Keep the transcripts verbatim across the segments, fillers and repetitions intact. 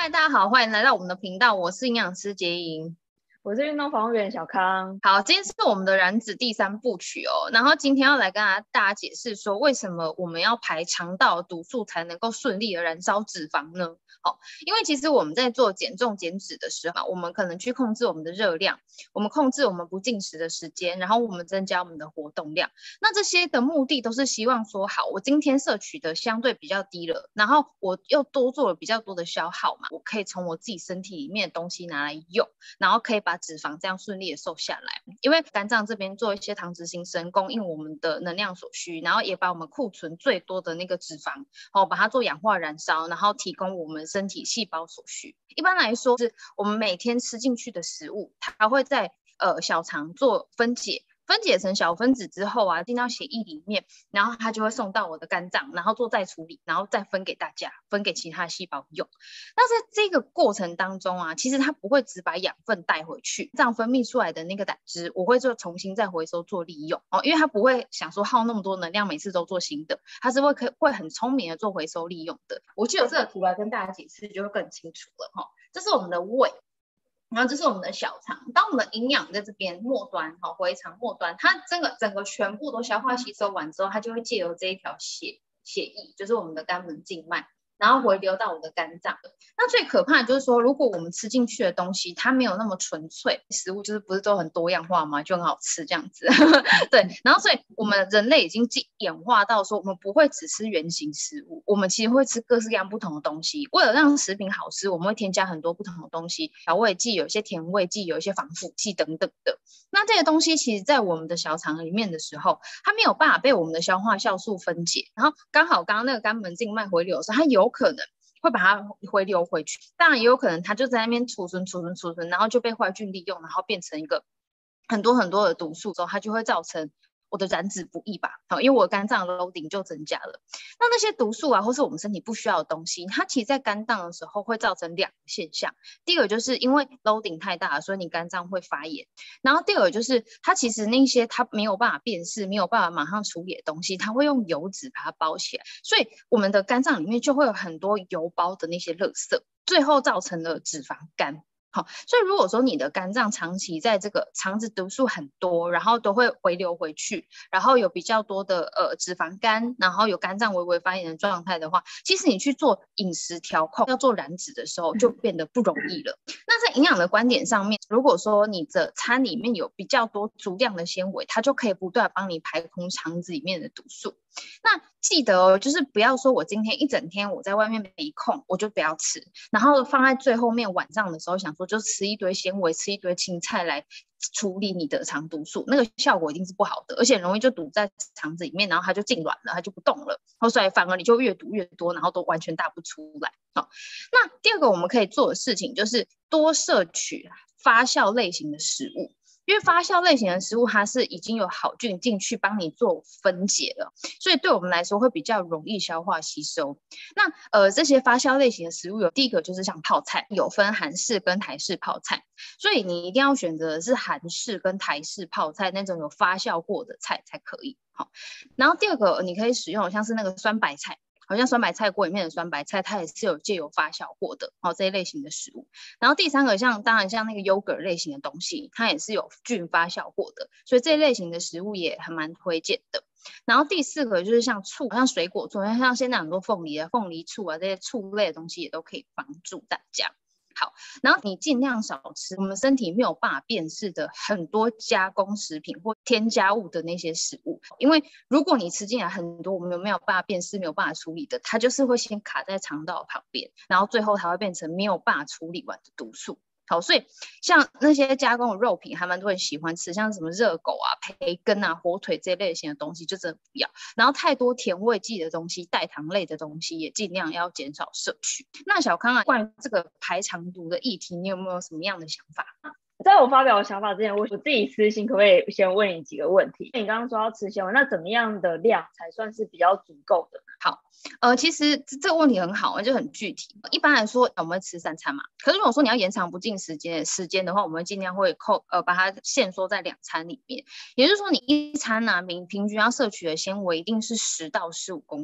嗨，大家好，欢迎来到我们的频道，我是营养师杰莹， 我是运动防护员小康。 好，今天是我们的燃脂第三部曲哦，然后今天要来跟大家解释说，为什么我们要排肠道毒素才能够顺利的燃烧脂肪呢？好，因为其实我们在做减重减脂的时候，我们可能去控制我们的热量，我们控制我们不进食的时间，然后我们增加我们的活动量。那这些的目的都是希望说，好，我今天摄取的相对比较低了，然后我又多做了比较多的消耗嘛，我可以从我自己身体里面的东西拿来用，然后可以把脂肪这样顺利的瘦下来。因为肝脏这边做一些糖脂新生，供应我们的能量所需，然后也把我们库存最多的那个脂肪，哦，把它做氧化燃烧，然后提供我们身体细胞所需。一般来说，是我们每天吃进去的食物，它会在呃小肠做分解。分解成小分子之后啊，进到血液里面，然后它就会送到我的肝脏，然后做再处理，然后再分给大家，分给其他细胞用。那在这个过程当中啊，其实它不会只把养分带回去，这样分泌出来的那个胆汁，我会做重新再回收做利用哦，因为它不会想说耗那么多能量，每次都做新的，它是会可会很聪明的做回收利用的。我就有这个图来跟大家解释，就会更清楚了哈、哦。这是我们的胃。然后这是我们的小肠，当我们的营养在这边末端，好，回肠末端，它整个整个全部都消化吸收完之后，它就会借由这一条血血液，就是我们的肝门静脉，然后回流到我的肝脏。那最可怕的就是说，如果我们吃进去的东西它没有那么纯粹，食物就是不是都很多样化嘛，就很好吃这样子。对，然后所以我们人类已经演化到说，我们不会只吃原型食物，我们其实会吃各式各样不同的东西。为了让食品好吃，我们会添加很多不同的东西，调味剂、有一些甜味剂、有一些防腐剂等等的。那这些东西其实在我们的小肠里面的时候，它没有办法被我们的消化酵素分解，然后刚好刚刚那个肝门静脉回流的时候，它有可能会把它回流回去，当然也有可能它就在那边储存储存储存，然后就被坏菌利用，然后变成一个很多很多的毒素之后，它就会造成我的燃脂不易吧，因为我的肝脏的 loading 就增加了。那那些毒素啊，或是我们身体不需要的东西，它其实在肝脏的时候会造成两个现象。第一个就是因为 loading 太大了，所以你肝脏会发炎。然后第二个就是它其实那些它没有办法辨识、没有办法马上处理的东西，它会用油脂把它包起来，所以我们的肝脏里面就会有很多油包的那些垃圾，最后造成了脂肪肝。好，所以如果说你的肝脏长期在这个肠子毒素很多，然后都会回流回去，然后有比较多的呃脂肪肝，然后有肝脏微微发炎的状态的话，其实你去做饮食调控，要做燃脂的时候就变得不容易了。那在营养的观点上面，如果说你的餐里面有比较多足量的纤维，它就可以不断帮你排空肠子里面的毒素。那记得哦，就是不要说我今天一整天我在外面没空，我就不要吃，然后放在最后面晚上的时候想说就吃一堆纤维，吃一堆青菜来处理你的肠毒素，那个效果一定是不好的，而且容易就堵在肠子里面，然后它就痉挛了，它就不动了，所以反而你就越堵越多，然后都完全大不出来。好，那第二个我们可以做的事情就是多摄取发酵类型的食物。因为发酵类型的食物它是已经有好菌进去帮你做分解了，所以对我们来说会比较容易消化吸收。那呃这些发酵类型的食物有第一个就是像泡菜，有分韩式跟台式泡菜，所以你一定要选择的是韩式跟台式泡菜那种有发酵过的菜才可以。好，然后第二个你可以使用像是那个酸白菜，好像酸白菜锅里面的酸白菜，它也是有借由发酵过的，哦，这一类型的食物。然后第三个像当然像那个 yogurt 类型的东西，它也是有菌发酵过的，所以这一类型的食物也还蛮推荐的。然后第四个就是像醋，像水果醋，像现在很多凤梨啊、凤梨醋啊这些醋类的东西也都可以帮助大家。好，然后你尽量少吃我们身体没有办法辨识的很多加工食品或添加物的那些食物，因为如果你吃进来很多我们没有办法辨识、没有办法处理的，它就是会先卡在肠道旁边，然后最后它会变成没有办法处理完的毒素。好，所以像那些加工的肉品，还蛮多人喜欢吃，像什么热狗啊、培根啊、火腿这类型的东西，就真的不要。然后太多甜味剂的东西、代糖类的东西，也尽量要减少摄取。那小康啊，关于这个排肠毒的议题，你有没有什么样的想法？ 在我发表我想法之前，我我自己私心可不可以先问你几个问题？你刚刚说要吃纤维，那怎么样的量才算是比较足够的？ 好，呃，其实这个问题很好，就很具体。一般来说，我们会吃三餐嘛。可是如果说你要延长不进时间时间的话，我们尽量会扣呃把它限缩在两餐里面。也就是说，你一餐呢、啊，平平均要摄取的纤维一定是十到十五公克。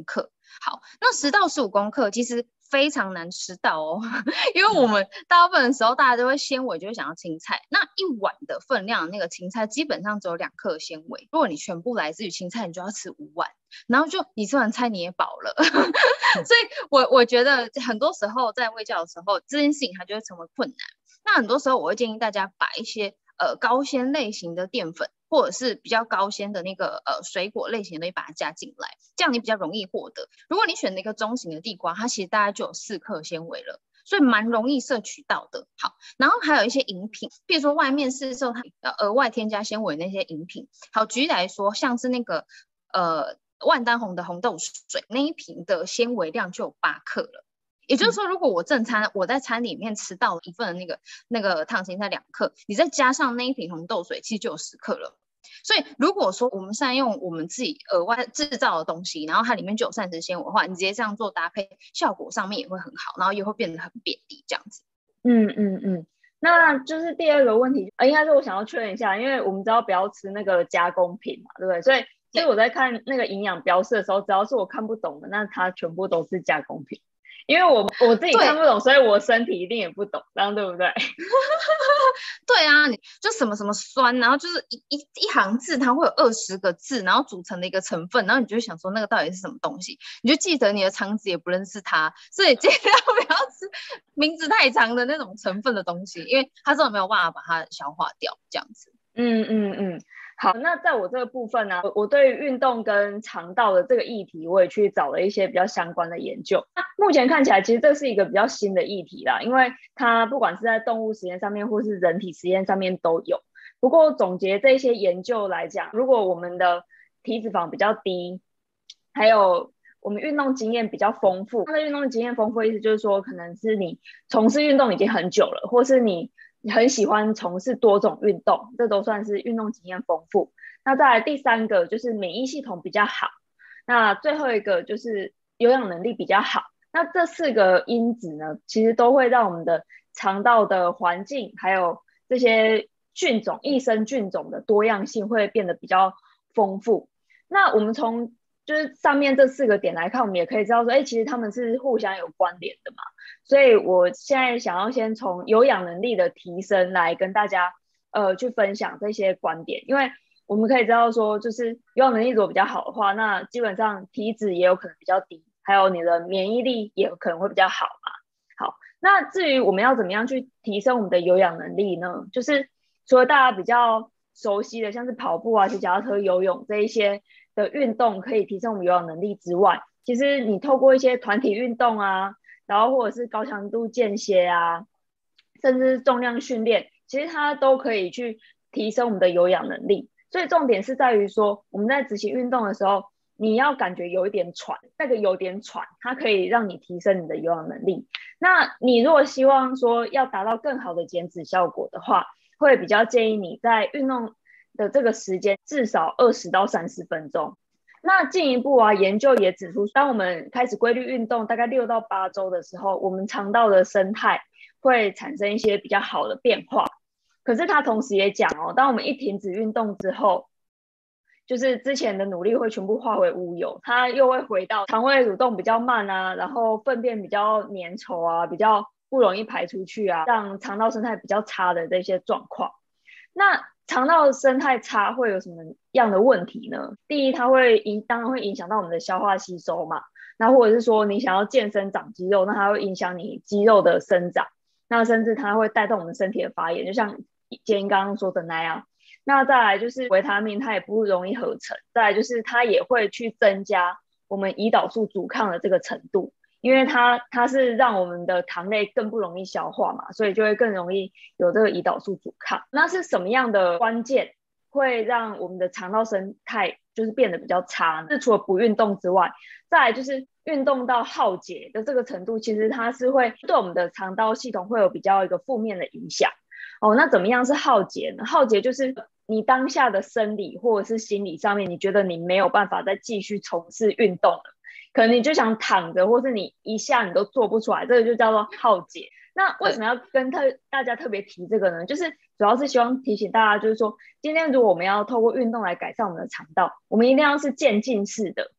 好，那十到十五公克其实非常难吃到哦，因为我们大部分的时候大家都会纤维就会想要青菜，那一碗的分量的那个青菜基本上只有两克纤维，如果你全部来自于青菜，你就要吃五碗，然后就你吃完菜你也饱了，所以我我觉得很多时候在卫教的时候，这件事情它就会成为困难。那很多时候我会建议大家把一些呃高纤类型的淀粉，或者是比较高纤的那个呃水果类型的东西把它加进来，这样你比较容易获得。如果你选了一个中型的地瓜，它其实大概就有四克纤维了，所以蛮容易摄取到的。好，然后还有一些饮品，比如说外面市售它要额外添加纤维那些饮品。好，举例来说，像是那个呃万丹红的红豆水，那一瓶的纤维量就有八克了。也就是说，如果我正餐我在餐里面吃到一份的那个那个烫青菜两克，你再加上那一瓶红豆水，其实就有十克了。所以如果说我们善用我们自己额外制造的东西，然后它里面就有膳食纤维的话，你直接这样做搭配，效果上面也会很好，然后也会变得很便利这样子。 嗯嗯嗯，那就是第二个问题，呃，应该是我想要确认一下，因为我们知道不要吃那个加工品嘛，对不对？所以其实我在看那个营养标示的时候，只要是我看不懂的，那它全部都是加工品。因为我我自己看不懂，所以我身体一定也不懂，这样对不对？ 对啊，你就什么什么酸，然后就是一一一行字，它会有二十个字，然后组成的一个成分，然后你就会想说那个到底是什么东西，你就记得你的肠子也不认识它，所以尽量不要吃名字太长的那种成分的东西，因为它真的没有办法把它消化掉，这样子。 嗯嗯嗯，好，那在我这个部分呢、啊，我我对于运动跟肠道的这个议题，我也去找了一些比较相关的研究。目前看起来，其实这是一个比较新的议题啦，因为它不管是在动物实验上面，或是人体实验上面都有。不过总结这些研究来讲，如果我们的体脂肪比较低，还有我们运动经验比较丰富，它的运动经验丰富的意思就是说，可能是你从事运动已经很久了，或是你你很喜欢从事多种运动，这都算是运动经验丰富。那再来第三个就是免疫系统比较好，那最后一个就是有氧能力比较好。那这四个因子呢，其实都会让我们的肠道的环境，还有这些菌种、益生菌种的多样性会变得比较丰富。那我们从就是上面这四个点来看，我们也可以知道说，哎，其实他们是互相有关联的嘛。所以我现在想要先从有氧能力的提升来跟大家呃去分享这些观点，因为我们可以知道说，就是有氧能力如果比较好的话，那基本上体脂也有可能比较低，还有你的免疫力也可能会比较好嘛。好，那至于我们要怎么样去提升我们的有氧能力呢？就是除了大家比较熟悉的，像是跑步啊、骑脚踏车、游泳这一些的运动可以提升我们有氧能力之外，其实你透过一些团体运动啊，然后或者是高强度间歇啊，甚至是重量训练，其实它都可以去提升我们的有氧能力。所以重点是在于说，我们在执行运动的时候，你要感觉有一点喘，那个有点喘，它可以让你提升你的有氧能力。那你如果希望说要达到更好的减脂效果的话，会比较建议你在运动的这个时间至少二十到三十分钟。那进一步啊，研究也指出，当我们开始规律运动大概六到八周的时候，我们肠道的生态会产生一些比较好的变化。可是它同时也讲哦，当我们一停止运动之后，就是之前的努力会全部化为乌有，它又会回到肠胃蠕动比较慢啊，然后粪便比较粘稠啊，比较不容易排出去啊，让肠道生态比较差的这些状况。那肠道生态差会有什么样的问题呢？第一，它会影当然会影响到我们的消化吸收嘛，那或者是说你想要健身长肌肉，那它会影响你肌肉的生长，那甚至它会带动我们身体的发炎，就像今刚刚说的那样。那再来就是维他命，它也不容易合成，再来就是它也会去增加我们胰岛素阻抗的这个程度，因为它它是让我们的糖类更不容易消化嘛，所以就会更容易有这个胰岛素阻抗。那是什么样的关键会让我们的肠道生态就是变得比较差呢？是除了不运动之外，再来就是运动到耗竭的这个程度，其实它是会对我们的肠道系统会有比较一个负面的影响。哦，那怎么样是耗竭呢？耗竭就是你当下的生理或者是心理上面，你觉得你没有办法再继续从事运动了，可能你就想躺着，或是你一下你都做不出来，这个就叫做耗竭。那为什么要跟特大家特别提这个呢？就是主要是希望提醒大家，就是说今天如果我们要透过运动来改善我们的肠道，我们一定要是渐进式的，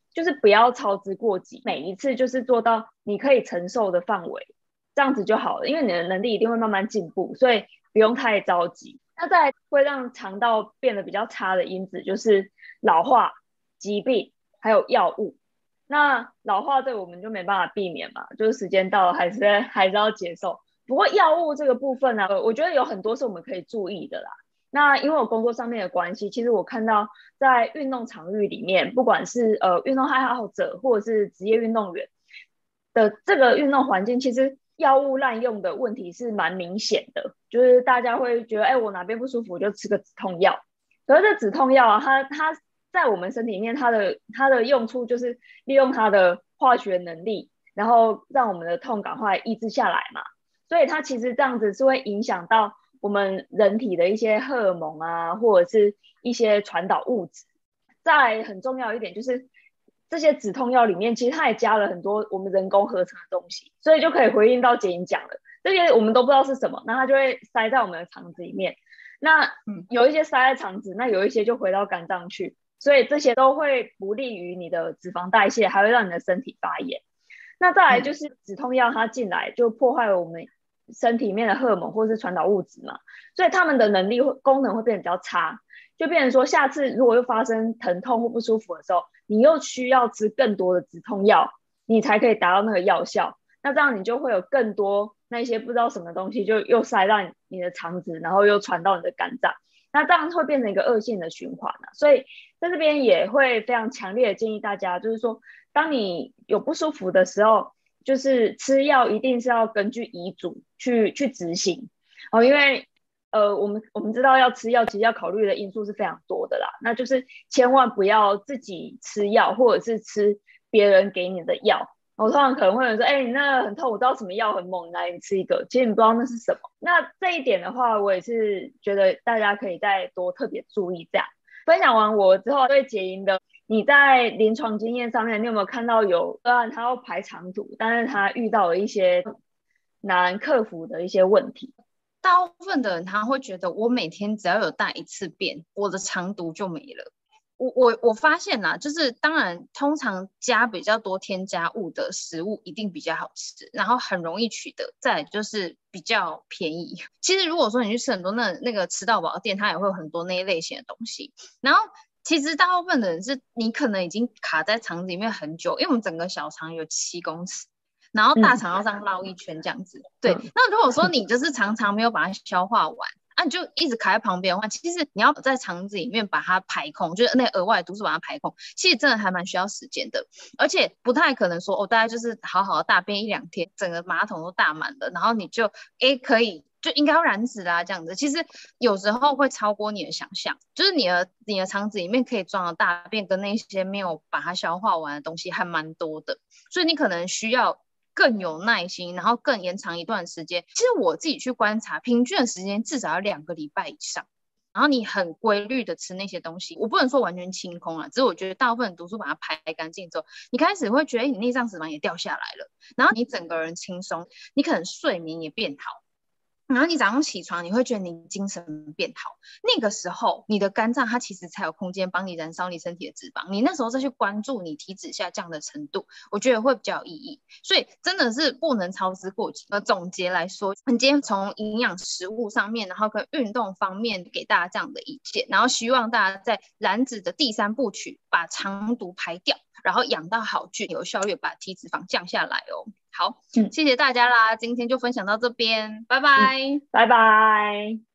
就是不要操之过急，每一次就是做到你可以承受的范围，这样子就好了，因为你的能力一定会慢慢进步，所以不用太着急。那再来会让肠道变得比较差的因子就是老化、疾病还有药物。那老化这个我们就没办法避免嘛，就是时间到了还是还是要接受。不过药物这个部分呢、啊，我觉得有很多是我们可以注意的啦。那因为我工作上面的关系，其实我看到在运动场域里面，不管是呃运动爱好者或者是职业运动员的这个运动环境，其实药物滥用的问题是蛮明显的，就是大家会觉得，哎，我哪边不舒服我就吃个止痛药。可是这止痛药啊，它它在我们身体里面，它的它的用处就是利用它的化学能力，然后让我们的痛赶快抑制下来嘛。所以它其实这样子是会影响到我们人体的一些荷尔蒙啊，或者是一些传导物质。再来很重要一点就是这些止痛药里面，其实它也加了很多我们人工合成的东西，所以就可以回应到杰莹讲的，这些我们都不知道是什么，那它就会塞在我们的肠子里面。那有一些塞在肠子，那有一些就回到肝脏去，所以这些都会不利于你的脂肪代谢，还会让你的身体发炎。那再来就是止痛药它进来就破坏了我们身体里面的荷尔蒙或是传导物质嘛，所以他们的能力功能会变得比较差，就变成说下次如果又发生疼痛或不舒服的时候，你又需要吃更多的止痛药，你才可以达到那个药效。那这样你就会有更多那些不知道什么东西就又塞到你的肠子，然后又传到你的肝脏，那这样会变成一个恶性的循环啊。所以在这边也会非常强烈的建议大家，就是说当你有不舒服的时候，就是吃药一定是要根据医嘱去去执行哦，因为呃我们我们知道要吃药其实要考虑的因素是非常多的啦，那就是千万不要自己吃药或者是吃别人给你的药。我通常可能会有人说，哎、欸，你那个很痛，我知道什么药很猛，来你吃一个，其实你不知道那是什么。那这一点的话，我也是觉得大家可以再多特别注意这样。分享完我之后，对结营的你在临床经验上面，你有没有看到有个案他要排长途，但是他遇到了一些难克服的一些问题？ 大部分的人他会觉得，我每天只要有大一次便，我的肠毒就没了。我我我发现啦，就是当然，通常加比较多添加物的食物一定比较好吃，然后很容易取得，再来就是比较便宜。其实如果说你去吃很多那那个吃到饱的店，它也会有很多那一类型的东西。然后其实大部分的人是你可能已经卡在肠子里面很久，因为我们整个小肠有七公尺。然后大肠要这样绕一圈这样子，嗯、对。那如果说你就是常常没有把它消化完，啊，你就一直卡在旁边的话，其实你要在肠子里面把它排空，就是那额外的毒素把它排空，其实真的还蛮需要时间的，而且不太可能说哦，大概就是好好的大便一两天，整个马桶都大满了，然后你就哎可以就应该要燃脂啦这样子。其实有时候会超过你的想象，就是你的你的肠子里面可以装的大便跟那些没有把它消化完的东西还蛮多的，所以你可能需要更有耐心，然后更延长一段时间。其实我自己去观察，平均的时间至少要两个礼拜以上。然后你很规律的吃那些东西，我不能说完全清空了，只是我觉得大部分毒素把它排干净之后，你开始会觉得你内脏脂肪也掉下来了，然后你整个人轻松，你可能睡眠也变好。然后你早上起床，你会觉得你精神变好，那个时候你的肝脏它其实才有空间帮你燃烧你身体的脂肪，你那时候再去关注你体脂下降的程度，我觉得会比较有意义。所以真的是不能操之过急。呃，总结来说，你今天从营养食物上面，然后跟运动方面给大家这样的意见，然后希望大家在燃脂的第三部曲把肠毒排掉，然后养到好菌，有效率把体脂肪降下来哦。好，嗯、谢谢大家啦，今天就分享到这边，拜拜， 嗯、拜拜。